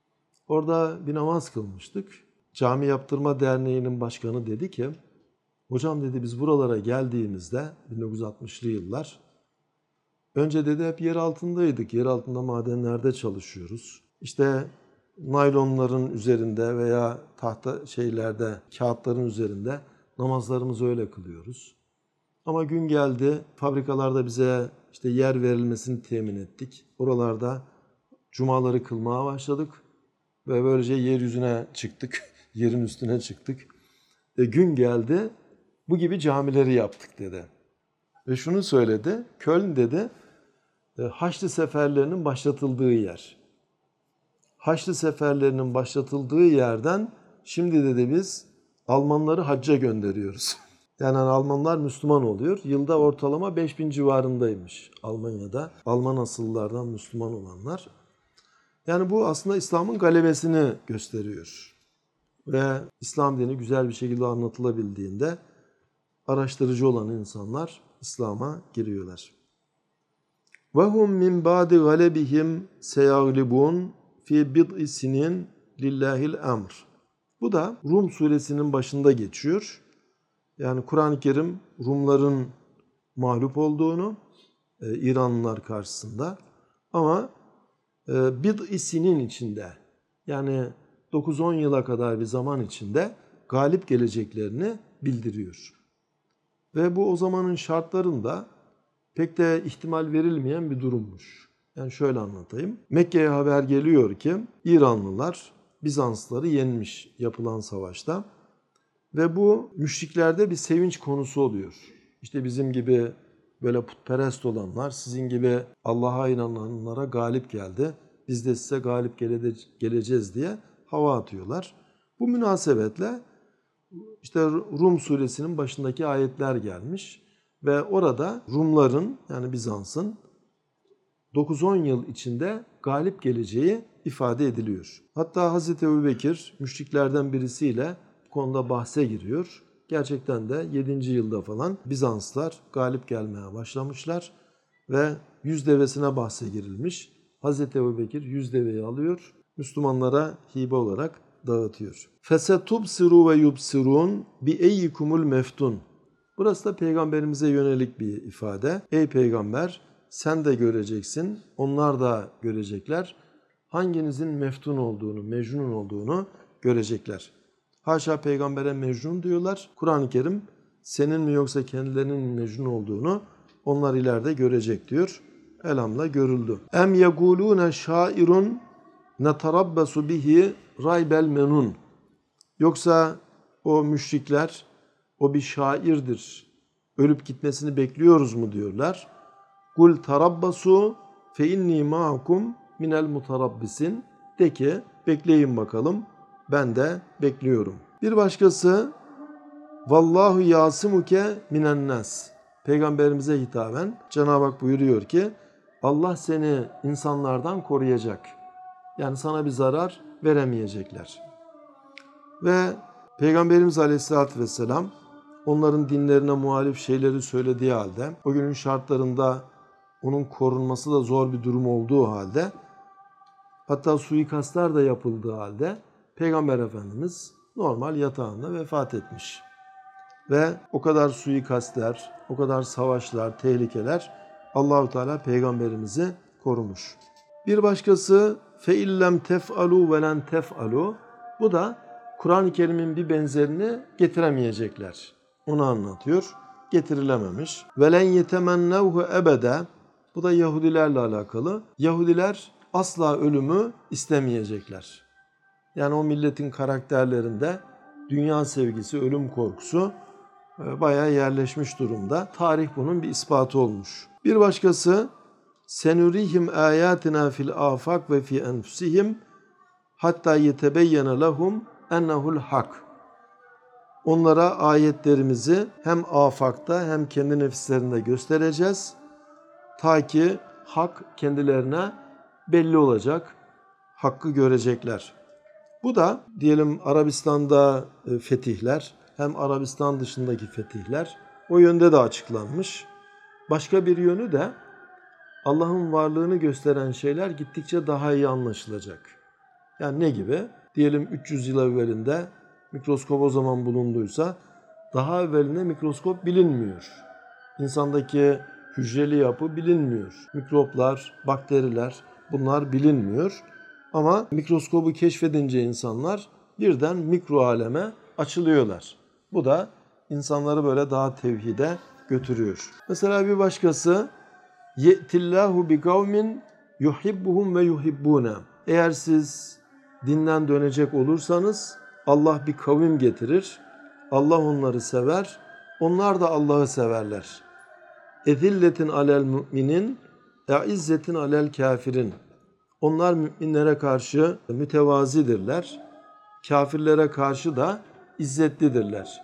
Speaker 1: Orada bir namaz kılmıştık. Cami Yaptırma Derneği'nin başkanı dedi ki, hocam dedi biz buralara geldiğimizde 1960'lı yıllar, önce dedi hep yer altındaydık. Yer altında madenlerde çalışıyoruz. İşte naylonların üzerinde veya tahta kağıtların üzerinde namazlarımızı öyle kılıyoruz. Ama gün geldi, fabrikalarda bize işte yer verilmesini temin ettik. Oralarda cumaları kılmaya başladık ve böylece yeryüzüne çıktık, yerin üstüne çıktık. Gün geldi, bu gibi camileri yaptık dedi. Ve şunu söyledi, Köln dedi, Haçlı seferlerinin başlatıldığı yer. Haçlı seferlerinin başlatıldığı yerden şimdi dedi biz Almanları hacca gönderiyoruz. Yani Almanlar Müslüman oluyor. Yılda ortalama 5000 civarındaymış Almanya'da. Alman asıllılardan Müslüman olanlar. Yani bu aslında İslam'ın galebesini gösteriyor. Ve İslam dini güzel bir şekilde anlatılabildiğinde araştırıcı olan insanlar İslam'a giriyorlar. وَهُمْ مِنْ بَعْدِ غَلَبِهِمْ سَيَغْلِبُونَ فِي بِضْءِ سِنِينَ لِلّٰهِ الْأَمْرِ. Bu da Rum suresinin başında geçiyor. Yani Kur'an-ı Kerim Rumların mağlup olduğunu İranlılar karşısında ama bid'i sinin içinde yani 9-10 yıla kadar bir zaman içinde galip geleceklerini bildiriyor. Ve bu o zamanın şartlarında pek de ihtimal verilmeyen bir durummuş. Yani şöyle anlatayım. Mekke'ye haber geliyor ki İranlılar Bizansları yenmiş yapılan savaşta. Ve bu müşriklerde bir sevinç konusu oluyor. İşte bizim gibi böyle putperest olanlar, sizin gibi Allah'a inananlara galip geldi. Biz de size galip geleceğiz diye hava atıyorlar. Bu münasebetle işte Rum suresinin başındaki ayetler gelmiş. Ve orada Rumların yani Bizans'ın 9-10 yıl içinde galip geleceği ifade ediliyor. Hatta Hazreti Ebubekir müşriklerden birisiyle bu konuda bahse giriyor. Gerçekten de 7. yılda falan Bizanslar galip gelmeye başlamışlar ve 100 devesine bahse girilmiş. Hazreti Ebubekir 100 deveyi alıyor, Müslümanlara hibe olarak dağıtıyor. فَسَتُبْصِرُوا وَيُبْصِرُونَ بِاَيِّكُمُ الْمَفْتُونَ. Burası da Peygamberimize yönelik bir ifade. Ey Peygamber sen de göreceksin, onlar da görecekler. Hanginizin meftun olduğunu, mecnun olduğunu görecekler. Haşa Peygamber'e mecnun diyorlar. Kur'an-ı Kerim senin mi yoksa kendilerinin mecnun olduğunu onlar ileride görecek diyor. Elhamdülillah görüldü. Em yegulune şairun netarabbasu bihi raybel menun. Yoksa o müşrikler o bir şairdir. Ölüp gitmesini bekliyoruz mu diyorlar. Kul tarabbasu fe inni ma'akum minel mutarabbisin. De ki bekleyin bakalım. Ben de bekliyorum. Bir başkası vallahu yasimuke minen nas. Peygamberimize hitaben Cenab-ı Hak buyuruyor ki Allah seni insanlardan koruyacak. Yani sana bir zarar veremeyecekler. Ve Peygamberimiz Aleyhisselatü Vesselam onların dinlerine muhalif şeyleri söylediği halde, o günün şartlarında onun korunması da zor bir durum olduğu halde, hatta suikastlar da yapıldığı halde Peygamber Efendimiz normal yatağında vefat etmiş. Ve o kadar suikastler, o kadar savaşlar, tehlikeler Allahu Teala peygamberimizi korumuş. Bir başkası feillem tef'alu ve len tef'alu. Bu da Kur'an-ı Kerim'in bir benzerini getiremeyecekler. Onu anlatıyor. Getirilememiş. Ve len yetemennevhu ebede. Bu da Yahudilerle alakalı. Yahudiler asla ölümü istemeyecekler. Yani o milletin karakterlerinde dünya sevgisi, ölüm korkusu bayağı yerleşmiş durumda. Tarih bunun bir ispatı olmuş. Bir başkası senurihim ayatina fil afak ve fi enfusihim hatta yetebeyyene lehum ennehul hak. Onlara ayetlerimizi hem afakta hem kendi nefislerinde göstereceğiz. Ta ki hak kendilerine belli olacak. Hakkı görecekler. Bu da diyelim Arabistan'da fetihler, hem Arabistan dışındaki fetihler o yönde de açıklanmış. Başka bir yönü de Allah'ın varlığını gösteren şeyler gittikçe daha iyi anlaşılacak. Yani ne gibi? Diyelim 300 yıl evvelinde mikroskop o zaman bulunduysa daha evvelinde mikroskop bilinmiyor. İnsandaki hücreli yapı bilinmiyor. Mikroplar, bakteriler bunlar bilinmiyor. Ama mikroskobu keşfedince insanlar birden mikro aleme açılıyorlar. Bu da insanları böyle daha tevhide götürüyor. Mesela bir başkası ye'tillahu bi kavmin yuhibbuhum ve yuhibbuna. Eğer siz dinden dönecek olursanız Allah bir kavim getirir. Allah onları sever. Onlar da Allah'ı severler. Ezilletin alel müminin, e'izzetin alel kafirin. Onlar müminlere karşı mütevazidirler. Kafirlere karşı da izzetlidirler.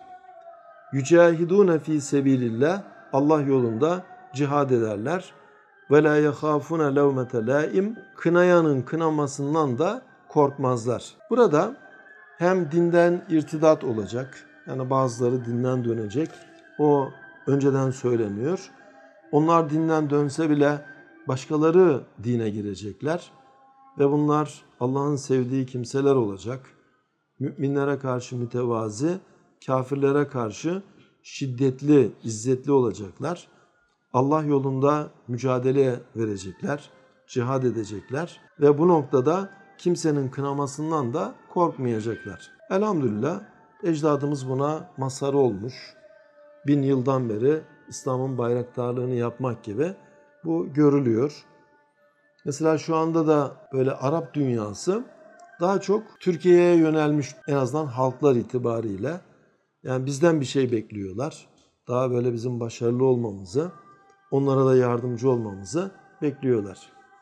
Speaker 1: Yücahidûne fî sebilillah. Allah yolunda cihad ederler. Ve lâ yehâfûne levmete lâim. Kınayanın kınamasından da korkmazlar. Burada hem dinden irtidat olacak. Yani bazıları dinden dönecek. O önceden söyleniyor. Onlar dinden dönse bile başkaları dine girecekler. Ve bunlar Allah'ın sevdiği kimseler olacak. Müminlere karşı mütevazi, kafirlere karşı şiddetli, izzetli olacaklar. Allah yolunda mücadele verecekler, cihad edecekler ve bu noktada kimsenin kınamasından da korkmayacaklar. Elhamdülillah ecdadımız buna mazhar olmuş. 1000 yıldan beri İslam'ın bayraktarlığını yapmak gibi bu görülüyor. Mesela şu anda da böyle Arap dünyası daha çok Türkiye'ye yönelmiş, en azından halklar itibariyle. Yani bizden bir şey bekliyorlar. Daha böyle bizim başarılı olmamızı, onlara da yardımcı olmamızı bekliyorlar.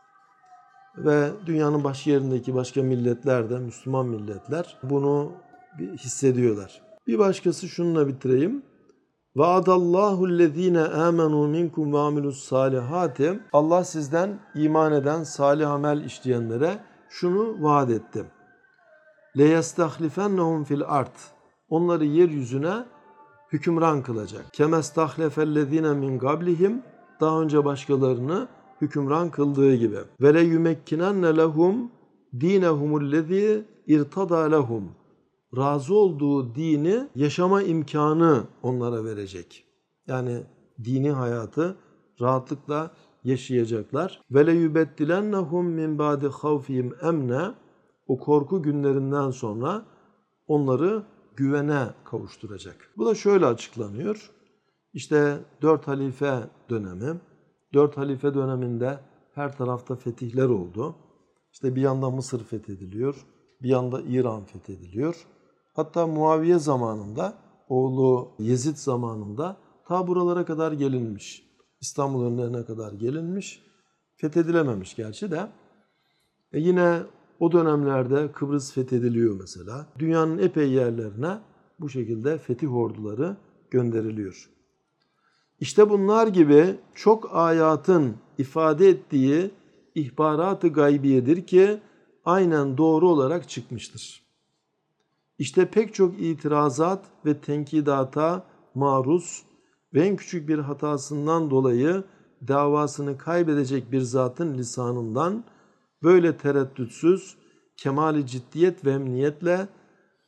Speaker 1: Ve dünyanın başka yerindeki başka milletler de, Müslüman milletler bunu hissediyorlar. Bir başkası şununla bitireyim. Vaadallahu ellezine amenu minkum ve amilus salihati. Allah sizden iman eden, salih amel işleyenlere şunu vaat etti. Le yestahlifennahum fil ard. Onları yeryüzüne hükümran kılacak. Kemestahlefellezine min qablihim. Daha önce başkalarını hükümran kıldığı gibi. Ve le yumekkinenne lehum dinehumullezî irtada lehum. Razı olduğu dini yaşama imkanı onlara verecek. Yani dini hayatı rahatlıkla yaşayacaklar. Ve le yubeddilennehum min ba'di havfihim emne. O korku günlerinden sonra onları güvene kavuşturacak. Bu da şöyle açıklanıyor. İşte 4 halife dönemi. 4 halife döneminde her tarafta fetihler oldu. İşte bir yanda Mısır fethediliyor, bir yanda İran fethediliyor. Hatta Muaviye zamanında, oğlu Yezid zamanında ta buralara kadar gelinmiş. İstanbul önlerine kadar gelinmiş. Fethedilememiş gerçi de. Yine o dönemlerde Kıbrıs fethediliyor mesela. Dünyanın epey yerlerine bu şekilde fetih orduları gönderiliyor. İşte bunlar gibi çok ayatın ifade ettiği ihbarat-ı gaybiyedir ki aynen doğru olarak çıkmıştır. İşte pek çok itirazat ve tenkidata maruz ve en küçük bir hatasından dolayı davasını kaybedecek bir zatın lisanından böyle tereddütsüz, kemali ciddiyet ve emniyetle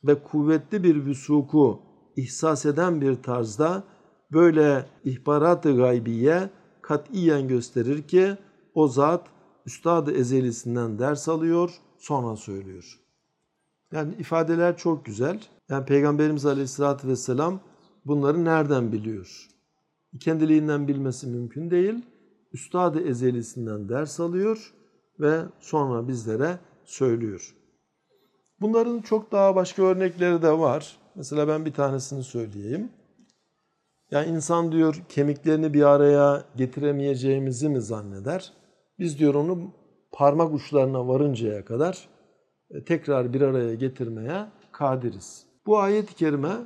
Speaker 1: ve kuvvetli bir vüsuku ihsas eden bir tarzda böyle ihbarat-ı gaybiye katiyen gösterir ki o zat Üstad-ı Ezelisinden ders alıyor, sonra söylüyor. Yani ifadeler çok güzel. Yani Peygamberimiz Aleyhisselatü Vesselam bunları nereden biliyor? Kendiliğinden bilmesi mümkün değil. Üstad-ı Ezelisinden ders alıyor ve sonra bizlere söylüyor. Bunların çok daha başka örnekleri de var. Mesela ben bir tanesini söyleyeyim. Yani insan diyor kemiklerini bir araya getiremeyeceğimizi mi zanneder? Biz diyor onu parmak uçlarına varıncaya kadar tekrar bir araya getirmeye kadiriz. Bu ayet-i kerime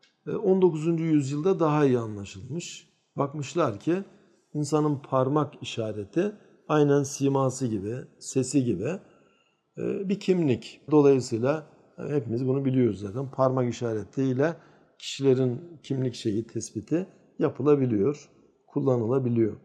Speaker 1: 19. yüzyılda daha iyi anlaşılmış. Bakmışlar ki insanın parmak işareti aynen siması gibi, sesi gibi bir kimlik. Dolayısıyla hepimiz bunu biliyoruz zaten. Parmak işaretiyle kişilerin kimlik şeyi tespiti yapılabiliyor, kullanılabiliyor.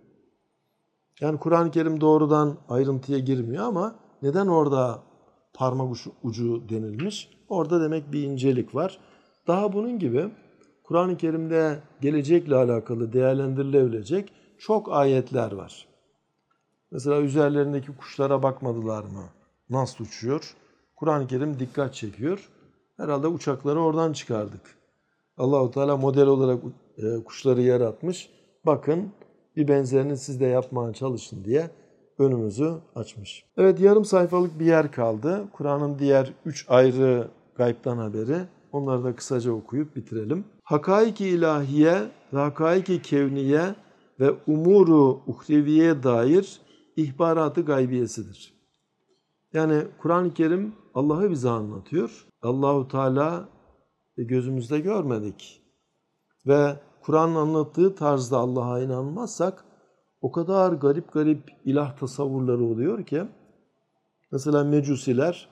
Speaker 1: Yani Kur'an-ı Kerim doğrudan ayrıntıya girmiyor ama neden orada parmak ucu denilmiş? Orada demek bir incelik var. Daha bunun gibi Kur'an-ı Kerim'de gelecekle alakalı değerlendirilebilecek çok ayetler var. Mesela üzerlerindeki kuşlara bakmadılar mı? Nasıl uçuyor? Kur'an-ı Kerim dikkat çekiyor. Herhalde uçakları oradan çıkardık. Allah-u Teala model olarak kuşları yaratmış. Bakın bir benzerini siz de yapmaya çalışın diye önümüzü açmış. Evet, yarım sayfalık bir yer kaldı. Kur'an'ın diğer 3 ayrı gaybtan haberi. Onları da kısaca okuyup bitirelim. Hakaik-i ilahiye ve hakaik-i kevniye ve umuru uhreviye dair ihbaratı gaybiyesidir. Yani Kur'an-ı Kerim Allah'ı bize anlatıyor. Allahu Teala gözümüzde görmedik. Ve Kur'an'ın anlattığı tarzda Allah'a inanmazsak o kadar garip garip ilah tasavvurları oluyor ki mesela Mecusiler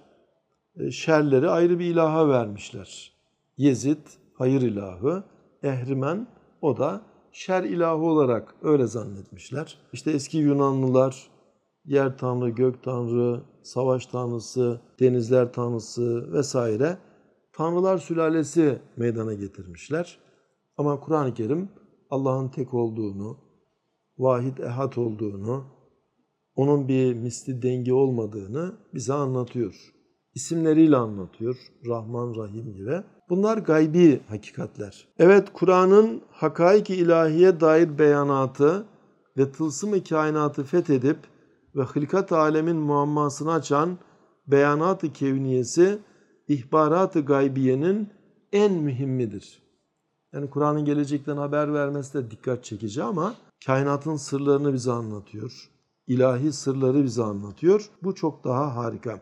Speaker 1: şerleri ayrı bir ilaha vermişler. Yezid hayır ilahı, Ehrimen o da şer ilahı olarak öyle zannetmişler. İşte eski Yunanlılar yer tanrı, gök tanrı, savaş tanrısı, denizler tanrısı vesaire tanrılar sülalesi meydana getirmişler. Ama Kur'an-ı Kerim Allah'ın tek olduğunu, vahid ehad olduğunu, onun bir misli dengi olmadığını bize anlatıyor. İsimleriyle anlatıyor. Rahman, Rahim gibi. Bunlar gaybi hakikatler. Evet, Kur'an'ın hakaik-i ilahiye dair beyanatı ve tılsım-ı kainatı fethedip ve hılkat alemin muammasını açan beyanat-ı kevniyesi, ihbarat-ı gaybiyenin en mühimmidir. Yani Kur'an'ın gelecekten haber vermesi de dikkat çekici ama kainatın sırlarını bize anlatıyor. İlahi sırları bize anlatıyor. Bu çok daha harika.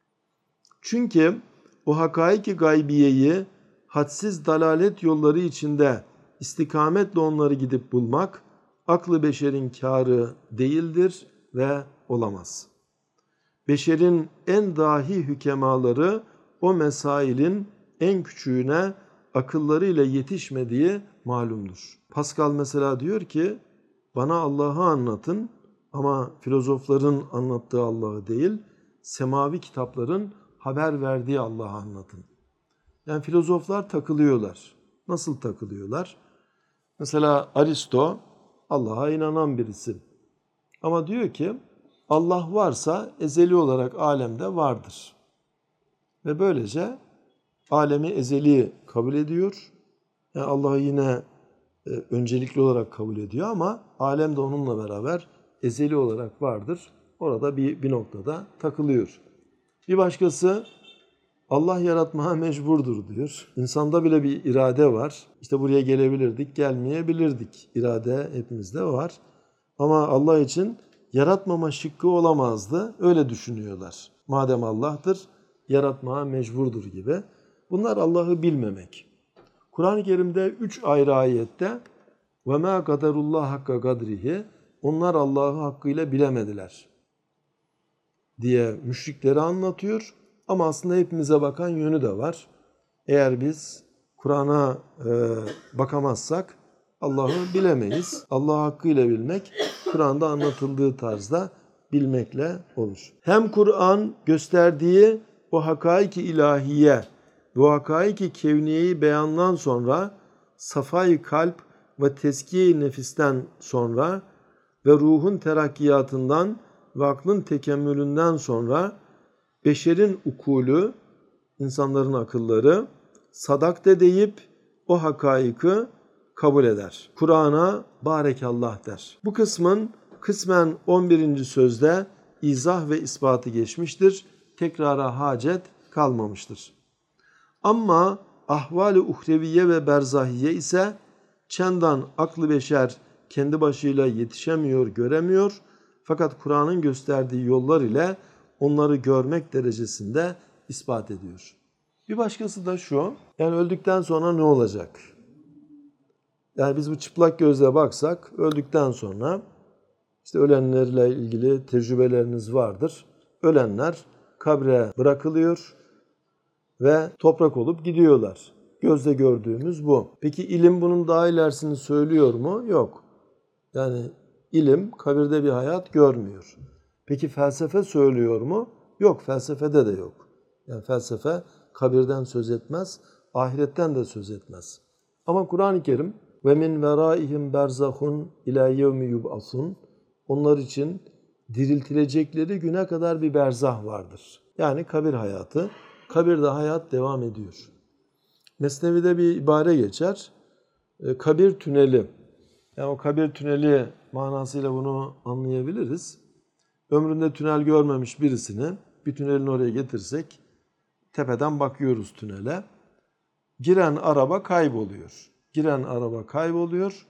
Speaker 1: Çünkü o hakaik-i gaybiyeyi hadsiz dalalet yolları içinde istikametle onları gidip bulmak aklı beşerin kârı değildir ve olamaz. Beşerin en dahi hükemaları o mesailin en küçüğüne akıllarıyla yetişmediği malumdur. Pascal mesela diyor ki, bana Allah'ı anlatın ama filozofların anlattığı Allah'ı değil, semavi kitapların haber verdiği Allah'ı anlatın. Yani filozoflar takılıyorlar. Nasıl takılıyorlar? Mesela Aristo Allah'a inanan birisi. Ama diyor ki Allah varsa ezeli olarak alemde vardır. Ve böylece alemi ezeli kabul ediyor. Yani Allah'ı yine öncelikli olarak kabul ediyor ama alem de onunla beraber ezeli olarak vardır. Orada bir noktada takılıyor. Bir başkası Allah yaratmaya mecburdur diyor. İnsanda bile bir irade var. İşte buraya gelebilirdik, gelmeyebilirdik. İrade hepimizde var. Ama Allah için yaratmama şıkkı olamazdı. Öyle düşünüyorlar. Madem Allah'tır, yaratmaya mecburdur gibi. Bunlar Allah'ı bilmemek. Kur'an-ı Kerim'de 3 ayrı ayette وَمَا قَدَرُ اللّٰهَ حَقَّ قَدْرِهِ onlar Allah'ı hakkıyla bilemediler diye müşrikleri anlatıyor. Ama aslında hepimize bakan yönü de var. Eğer biz Kur'an'a bakamazsak Allah'ı bilemeyiz. Allah'ı hakkıyla bilmek, Kur'an'da anlatıldığı tarzda bilmekle olur. Hem Kur'an gösterdiği o hakaik-i ilahiye ve hakaiki kevniyeyi beyandan sonra, safai kalp ve teskiye-i nefisten sonra ve ruhun terakkiyatından ve aklın tekemmülünden sonra beşerin ukulü, insanların akılları sadakte deyip o hakaiki kabul eder. Kur'an'a barekallah der. Bu kısmın kısmen 11. sözde izah ve ispatı geçmiştir. Tekrara hacet kalmamıştır. Ama ahval-i uhreviye ve berzahiye ise çendan aklı beşer kendi başıyla yetişemiyor, göremiyor. Fakat Kur'an'ın gösterdiği yollar ile onları görmek derecesinde ispat ediyor. Bir başkası da şu, yani öldükten sonra ne olacak? Yani biz bu çıplak gözle baksak, öldükten sonra işte ölenlerle ilgili tecrübeleriniz vardır. Ölenler kabre bırakılıyor ve toprak olup gidiyorlar. Gözle gördüğümüz bu. Peki ilim bunun daha ilerisini söylüyor mu? Yok. Yani ilim kabirde bir hayat görmüyor. Peki felsefe söylüyor mu? Yok, felsefede de yok. Yani felsefe kabirden söz etmez, ahiretten de söz etmez. Ama Kur'an-ı Kerim ve min veraihim berzahun ila yevmi yub'asun, onlar için diriltilecekleri güne kadar bir berzah vardır. Yani kabir hayatı. Kabirde hayat devam ediyor. Mesnevi'de bir ibare geçer. Kabir tüneli. Yani o kabir tüneli manasıyla bunu anlayabiliriz. Ömründe tünel görmemiş birisini bir tünelin oraya getirsek, tepeden bakıyoruz tünele. Giren araba kayboluyor. Giren araba kayboluyor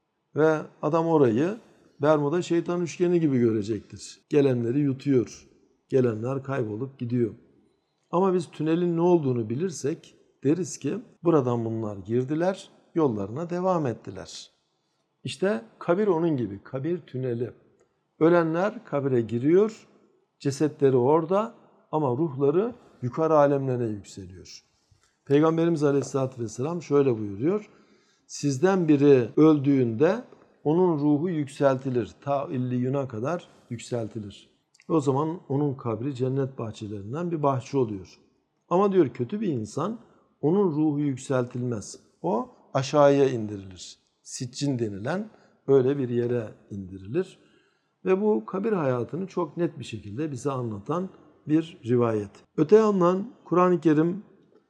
Speaker 1: ve adam orayı Bermuda şeytan üçgeni gibi görecektir. Gelenleri yutuyor. Gelenler kaybolup gidiyor. Ama biz tünelin ne olduğunu bilirsek deriz ki buradan bunlar girdiler, yollarına devam ettiler. İşte kabir onun gibi, kabir tüneli. Ölenler kabire giriyor, cesetleri orada ama ruhları yukarı alemlere yükseliyor. Peygamberimiz Aleyhisselatü Vesselam şöyle buyuruyor. Sizden biri öldüğünde onun ruhu yükseltilir. Ta illiyuna kadar yükseltilir. O zaman onun kabri cennet bahçelerinden bir bahçe oluyor. Ama diyor kötü bir insan, onun ruhu yükseltilmez. O aşağıya indirilir. Siccin denilen öyle bir yere indirilir. Ve bu kabir hayatını çok net bir şekilde bize anlatan bir rivayet. Öte yandan Kur'an-ı Kerim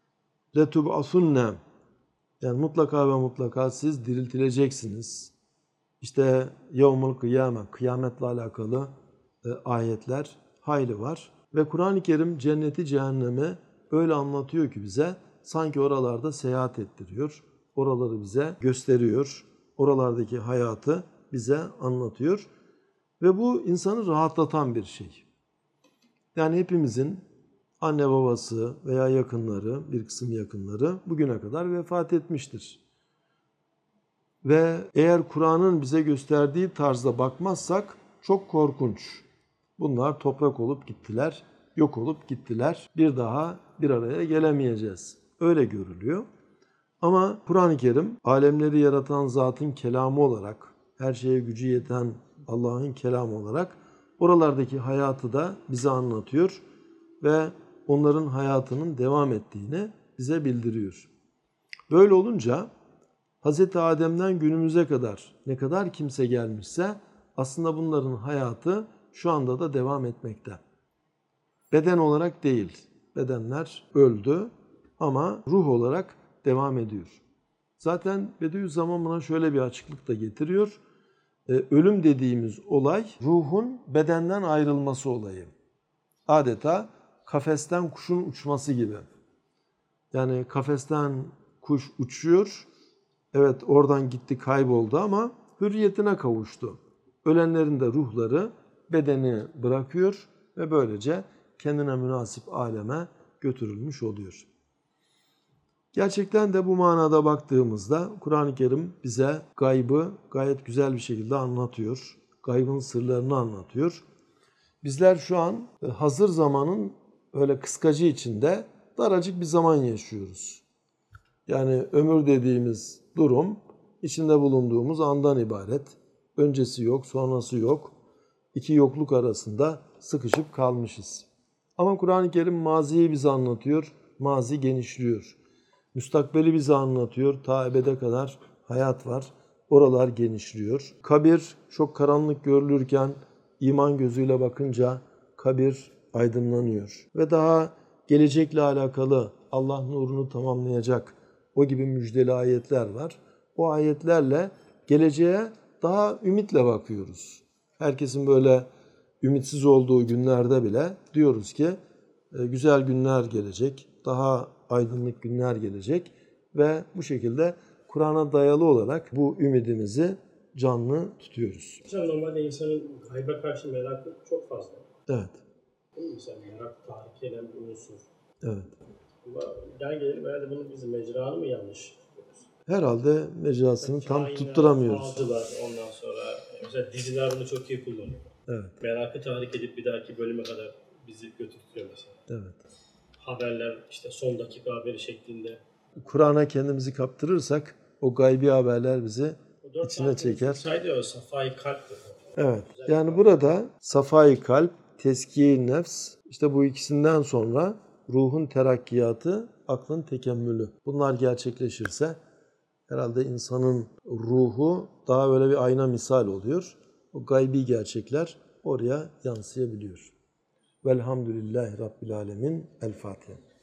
Speaker 1: letub'asunne, yani mutlaka ve mutlaka siz diriltileceksiniz. İşte yevmul kıyame, kıyametle alakalı ayetler hayli var. Ve Kur'an-ı Kerim cenneti cehennemi öyle anlatıyor ki bize, sanki oralarda seyahat ettiriyor. Oraları bize gösteriyor. Oralardaki hayatı bize anlatıyor. Ve bu insanı rahatlatan bir şey. Yani hepimizin anne babası veya yakınları, bir kısım yakınları bugüne kadar vefat etmiştir. Ve eğer Kur'an'ın bize gösterdiği tarzda bakmazsak çok korkunç. Bunlar toprak olup gittiler, yok olup gittiler. Bir daha bir araya gelemeyeceğiz. Öyle görülüyor. Ama Kur'an-ı Kerim alemleri yaratan zatın kelamı olarak, her şeye gücü yeten Allah'ın kelamı olarak oralardaki hayatı da bize anlatıyor ve onların hayatının devam ettiğini bize bildiriyor. Böyle olunca Hz. Adem'den günümüze kadar ne kadar kimse gelmişse aslında bunların hayatı şu anda da devam etmekte. Beden olarak değil, bedenler öldü ama ruh olarak devam ediyor. Zaten Bediüzzaman buna şöyle bir açıklık da getiriyor. Ölüm dediğimiz olay ruhun bedenden ayrılması olayı. Adeta kafesten kuşun uçması gibi. Yani kafesten kuş uçuyor. Evet, oradan gitti, kayboldu ama hürriyetine kavuştu. Ölenlerin de ruhları bedeni bırakıyor ve böylece kendine münasip aleme götürülmüş oluyor. Gerçekten de bu manada baktığımızda Kur'an-ı Kerim bize gaybı gayet güzel bir şekilde anlatıyor. Gaybın sırlarını anlatıyor. Bizler şu an hazır zamanın öyle kıskacı içinde daracık bir zaman yaşıyoruz. Yani ömür dediğimiz durum içinde bulunduğumuz andan ibaret. Öncesi yok, sonrası yok. İki yokluk arasında sıkışıp kalmışız. Ama Kur'an-ı Kerim maziyi bize anlatıyor. Mazi genişliyor. Müstakbeli bize anlatıyor. Ta ebede kadar hayat var. Oralar genişliyor. Kabir çok karanlık görülürken iman gözüyle bakınca kabir aydınlanıyor. Ve daha gelecekle alakalı Allah nurunu tamamlayacak o gibi müjdeli ayetler var. O ayetlerle geleceğe daha ümitle bakıyoruz. Herkesin böyle ümitsiz olduğu günlerde bile diyoruz ki güzel günler gelecek, daha aydınlık günler gelecek ve bu şekilde Kur'an'a dayalı olarak bu ümidimizi canlı tutuyoruz.
Speaker 2: Hocam normalde insanın gayba karşı merakı çok fazla.
Speaker 1: Evet.
Speaker 2: Değil mi? Mesela merak tahrik eden bir unsur.
Speaker 1: Evet.
Speaker 2: Ama gel gelelim herhalde bunu biz mecranı mı yanlış yapıyoruz?
Speaker 1: Herhalde mecrasını tam
Speaker 2: Kainler,
Speaker 1: tutturamıyoruz.
Speaker 2: falcılar, ondan sonra mesela diziler bunu çok iyi kullanıyor.
Speaker 1: Evet.
Speaker 2: Merakı tahrik edip bir dahaki bölüme kadar bizi götürtüyor mesela.
Speaker 1: Evet.
Speaker 2: Haberler işte son dakika haberi şeklinde.
Speaker 1: Kur'an'a kendimizi kaptırırsak o gaybi haberler bizi
Speaker 2: O 4
Speaker 1: içine çeker.
Speaker 2: saydı o safai kalptir.
Speaker 1: Evet. Yani burada safai kalp, teskiye-i nefs, işte bu ikisinden sonra ruhun terakkiyatı, aklın tekemmülü. Bunlar gerçekleşirse herhalde insanın ruhu daha böyle bir ayna misal oluyor. O gaybi gerçekler oraya yansıyabiliyor. Velhamdülillahi Rabbil Alemin. El Fatiha.